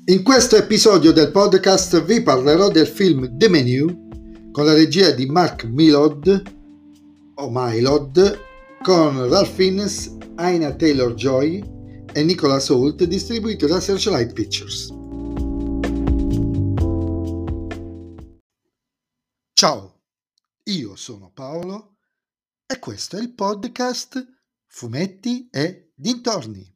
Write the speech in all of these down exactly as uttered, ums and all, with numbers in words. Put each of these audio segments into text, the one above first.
In questo episodio del podcast vi parlerò del film The Menu con la regia di Mark Mylod o Mylod, con Ralph Fiennes, Anya Taylor-Joy e Nicholas Hoult, distribuito da Searchlight Pictures. Ciao, io sono Paolo e questo è il podcast Fumetti e Dintorni.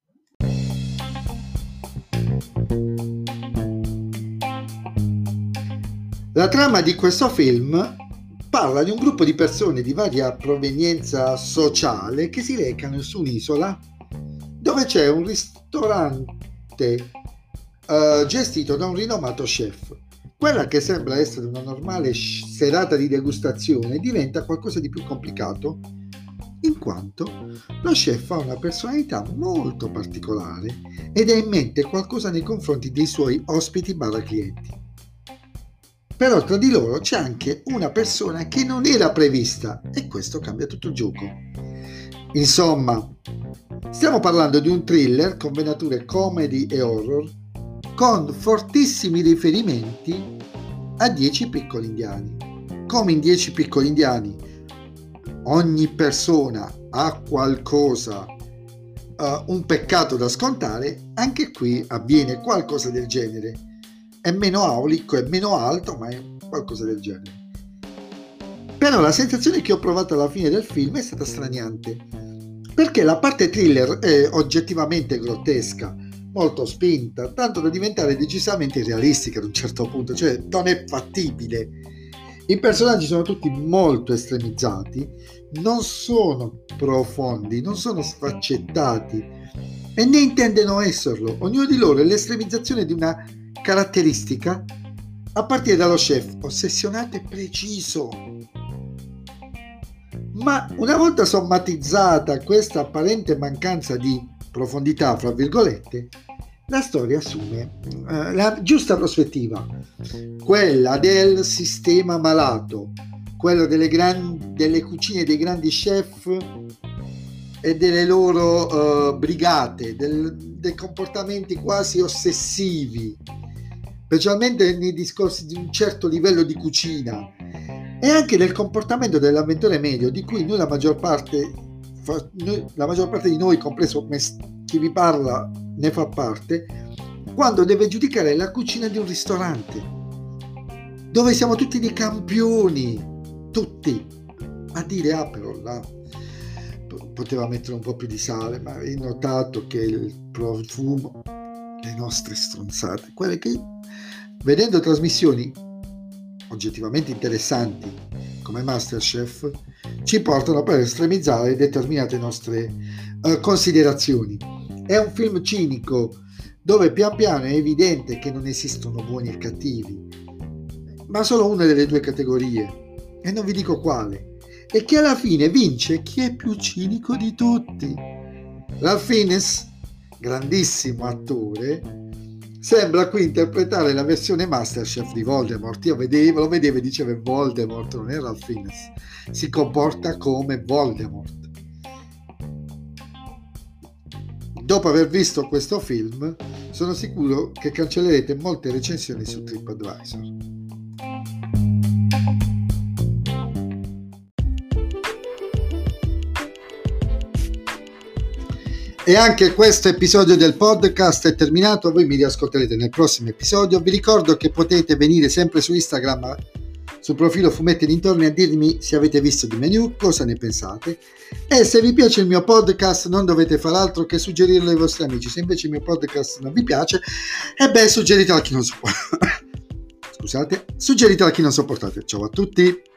La trama di questo film parla di un gruppo di persone di varia provenienza sociale che si recano su un'isola dove c'è un ristorante uh, gestito da un rinomato chef. Quella che sembra essere una normale serata di degustazione diventa qualcosa di più complicato, in quanto lo chef ha una personalità molto particolare ed ha in mente qualcosa nei confronti dei suoi ospiti barra clienti. Però tra di loro c'è anche una persona che non era prevista e questo cambia tutto il gioco. Insomma, stiamo parlando di un thriller con venature comedy e horror, con fortissimi riferimenti a Dieci piccoli indiani. Come in Dieci piccoli indiani, ogni persona ha qualcosa, uh, un peccato da scontare, anche qui avviene qualcosa del genere. È meno aulico, è meno alto, ma è qualcosa del genere. Però la sensazione che ho provato alla fine del film è stata straniante, perché la parte thriller è oggettivamente grottesca, molto spinta, tanto da diventare decisamente irrealistica ad un certo punto, cioè non è fattibile. I personaggi sono tutti molto estremizzati, non sono profondi, non sono sfaccettati e né intendono esserlo. Ognuno di loro è l'estremizzazione di una caratteristica, a partire dallo chef ossessionato e preciso. Ma una volta sommatizzata questa apparente mancanza di profondità, fra virgolette, la storia assume eh, la giusta prospettiva, quella del sistema malato, quello delle, gran, delle cucine dei grandi chef e delle loro uh, brigate, del, dei comportamenti quasi ossessivi, specialmente nei discorsi di un certo livello di cucina, e anche del comportamento dell'avventore medio, di cui noi la maggior parte, fa, noi, la maggior parte di noi, compreso me, chi vi parla, ne fa parte, quando deve giudicare la cucina di un ristorante, dove siamo tutti dei campioni, tutti, a dire ah però là poteva mettere un po' più di sale, ma hai notato che il profumo, le nostre stronzate, quelle che vedendo trasmissioni oggettivamente interessanti come MasterChef ci portano per estremizzare determinate nostre uh, considerazioni. È un film cinico dove pian piano è evidente che non esistono buoni e cattivi, ma solo una delle due categorie, e non vi dico quale, e che alla fine vince chi è più cinico di tutti. Ralph Fiennes, grandissimo attore, sembra qui interpretare la versione MasterChef di Voldemort. Io vedevo, lo vedevo e diceva Voldemort, non è Ralph Fiennes, si comporta come Voldemort. Dopo aver visto questo film sono sicuro che cancellerete molte recensioni su TripAdvisor. E anche questo episodio del podcast è terminato, voi mi riascolterete nel prossimo episodio. Vi ricordo che potete venire sempre su Instagram, sul profilo Fumetti Dintorni, a dirmi se avete visto The Menu, cosa ne pensate, e se vi piace il mio podcast non dovete fare altro che suggerirlo ai vostri amici. Se invece il mio podcast non vi piace, e beh, suggeritelo a chi non sopportate. Scusate, suggeritelo a chi non sopportate. Ciao a tutti!